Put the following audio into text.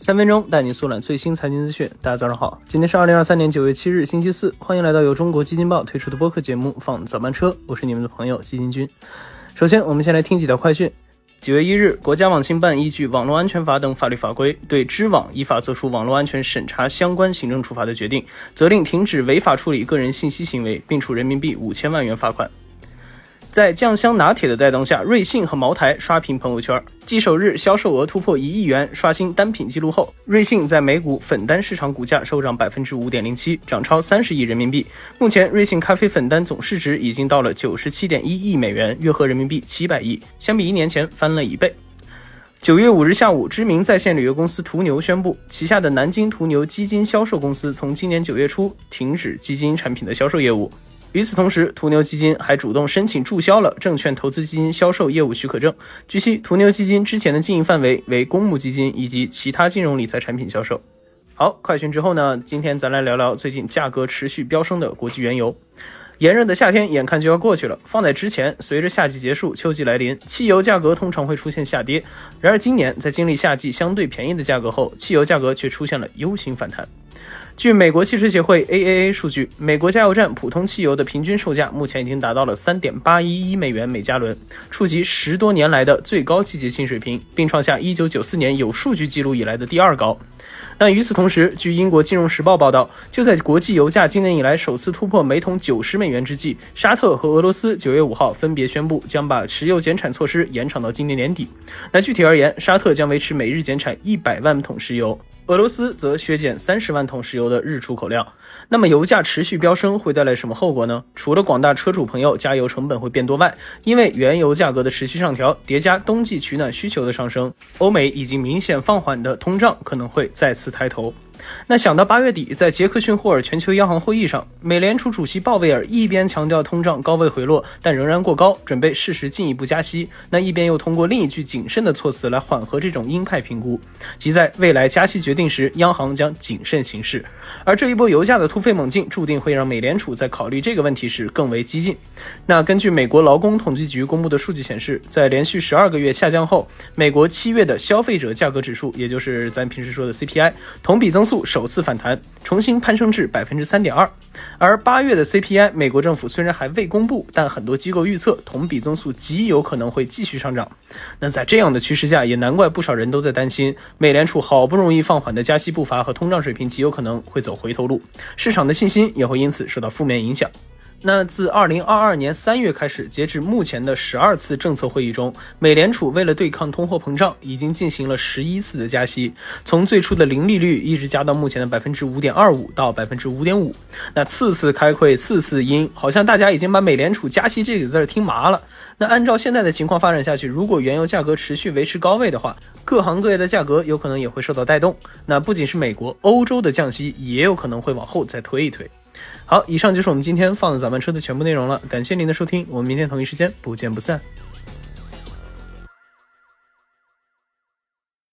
3分钟带你速览最新财经资讯。大家早上好，今天是2023年9月7日星期四，欢迎来到由中国基金报推出的播客节目放早班车，我是你们的朋友基金君。首先我们先来听几条快讯。9月1日，国家网信办依据网络安全法等法律法规，对知网依法作出网络安全审查相关行政处罚的决定，责令停止违法处理个人信息行为，并处人民币5000万元罚款。在酱香拿铁的带动下，瑞幸和茅台刷屏朋友圈，继首日销售额突破1亿元，刷新单品记录后，瑞幸在美股粉单市场股价收涨 5.07%， 涨超30亿人民币。目前瑞幸咖啡粉单总市值已经到了 97.1 亿美元，约合人民币700亿，相比1年前翻了1倍。9月5日下午，知名在线旅游公司途牛宣布，旗下的南京途牛基金销售公司从今年9月初停止基金产品的销售业务。与此同时，途牛基金还主动申请注销了证券投资基金销售业务许可证。据悉，途牛基金之前的经营范围为公募基金以及其他金融理财产品销售。好，快讯之后呢，今天咱来聊聊最近价格持续飙升的国际原油。炎热的夏天眼看就要过去了，放在之前，随着夏季结束，秋季来临，汽油价格通常会出现下跌。然而今年在经历夏季相对便宜的价格后，汽油价格却出现了 U 型反弹。据美国汽车协会 AAA 数据，美国加油站普通汽油的平均售价目前已经达到了 3.811 美元每加仑，触及10多年来的最高季节性水平，并创下1994年有数据记录以来的第2高。但与此同时，据英国金融时报报道，就在国际油价今年以来首次突破每桶90美元之际，沙特和俄罗斯9月5号分别宣布将把石油减产措施延长到今年年底。那具体而言，沙特将维持每日减产100万桶石油，俄罗斯则削减30万桶石油的日出口量。那么油价持续飙升会带来什么后果呢？除了广大车主朋友加油成本会变多外，因为原油价格的持续上调，叠加冬季取暖需求的上升，欧美已经明显放缓的通胀可能会再次抬头。那想到8月底，在杰克逊霍尔全球央行会议上，美联储主席鲍威尔一边强调通胀高位回落，但仍然过高，准备适时进一步加息，那一边又通过另一句谨慎的措辞来缓和这种鹰派评估，即在未来加息决定时，央行将谨慎行事。而这一波油价的突飞猛进，注定会让美联储在考虑这个问题时更为激进。那根据美国劳工统计局公布的数据显示，在连续12个月下降后，美国7月的消费者价格指数，也就是咱平时说的 CPI， 同比增速首次反弹，重新攀升至 3.2%。 而8月的 CPI， 美国政府虽然还未公布，但很多机构预测同比增速极有可能会继续上涨。那在这样的趋势下，也难怪不少人都在担心，美联储好不容易放缓的加息步伐和通胀水平极有可能会走回头路，市场的信心也会因此受到负面影响。那自2022年3月开始，截至目前的12次政策会议中，美联储为了对抗通货膨胀，已经进行了11次的加息，从最初的零利率一直加到目前的 5.25% 到 5.5%。 那次次开会，次次阴，好像大家已经把美联储加息这个字听麻了。那按照现在的情况发展下去，如果原油价格持续维持高位的话，各行各业的价格有可能也会受到带动。那不仅是美国，欧洲的降息也有可能会往后再推一推。好，以上就是我们今天放早班车的全部内容了，感谢您的收听，我们明天同一时间不见不散。